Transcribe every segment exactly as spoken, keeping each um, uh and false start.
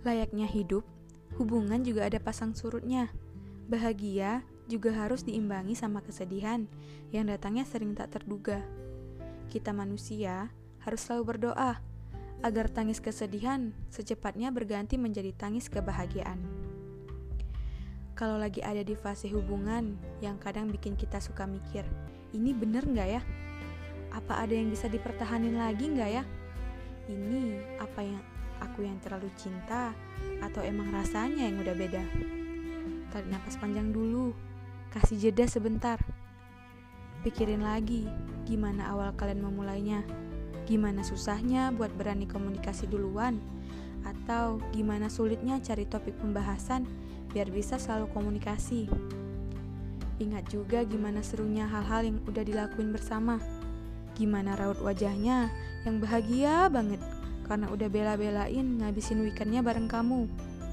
Layaknya hidup, hubungan juga ada pasang surutnya. Bahagia juga harus diimbangi sama kesedihan yang datangnya sering tak terduga. Kita manusia harus selalu berdoa agar tangis kesedihan secepatnya berganti menjadi tangis kebahagiaan. Kalau lagi ada di fase hubungan yang kadang bikin kita suka mikir, ini bener gak ya? Apa ada yang bisa dipertahanin lagi gak ya? Ini apa yang aku yang terlalu cinta atau emang rasanya yang udah beda? Tarik napas panjang dulu, kasih jeda sebentar. Pikirin lagi gimana awal kalian memulainya. Gimana susahnya buat berani komunikasi duluan, atau gimana sulitnya cari topik pembahasan biar bisa selalu komunikasi. Ingat juga gimana serunya hal-hal yang udah dilakuin bersama. Gimana raut wajahnya yang bahagia banget karena udah bela-belain ngabisin weekendnya bareng kamu.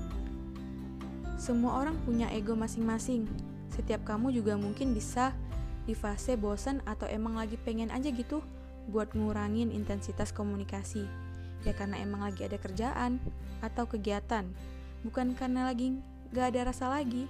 Semua orang punya ego masing-masing. Setiap kamu juga mungkin bisa di fase bosan atau emang lagi pengen aja gitu buat ngurangin intensitas komunikasi. Ya karena emang lagi ada kerjaan atau kegiatan, bukan karena lagi gak ada rasa lagi.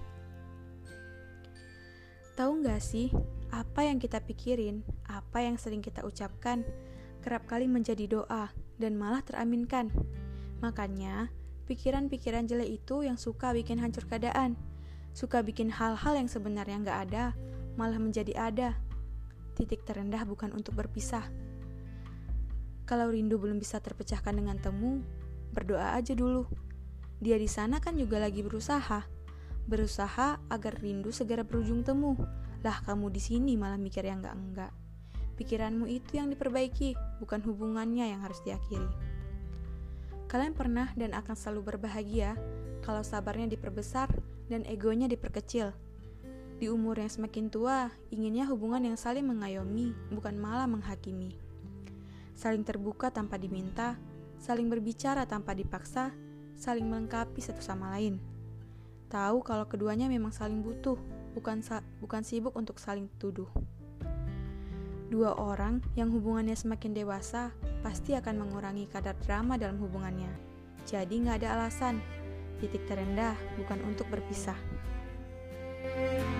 Tahu gak sih, apa yang kita pikirin, apa yang sering kita ucapkan, kerap kali menjadi doa dan malah teraminkan. Makanya, pikiran-pikiran jelek itu yang suka bikin hancur keadaan, suka bikin hal-hal yang sebenarnya gak ada, malah menjadi ada. Titik terendah bukan untuk berpisah. Kalau rindu belum bisa terpecahkan dengan temu, berdoa aja dulu. Dia di sana kan juga lagi berusaha, berusaha agar rindu segera berujung temu. Lah kamu di sini malah mikir yang enggak-enggak. Pikiranmu itu yang diperbaiki, bukan hubungannya yang harus diakhiri. Kalian pernah dan akan selalu berbahagia kalau sabarnya diperbesar dan egonya diperkecil. Di umur yang semakin tua, inginnya hubungan yang saling mengayomi, bukan malah menghakimi. Saling terbuka tanpa diminta, saling berbicara tanpa dipaksa, saling melengkapi satu sama lain. Tahu kalau keduanya memang saling butuh, bukan sa- bukan sibuk untuk saling tuduh. Dua orang yang hubungannya semakin dewasa pasti akan mengurangi kadar drama dalam hubungannya. Jadi gak ada alasan, titik terendah bukan untuk berpisah.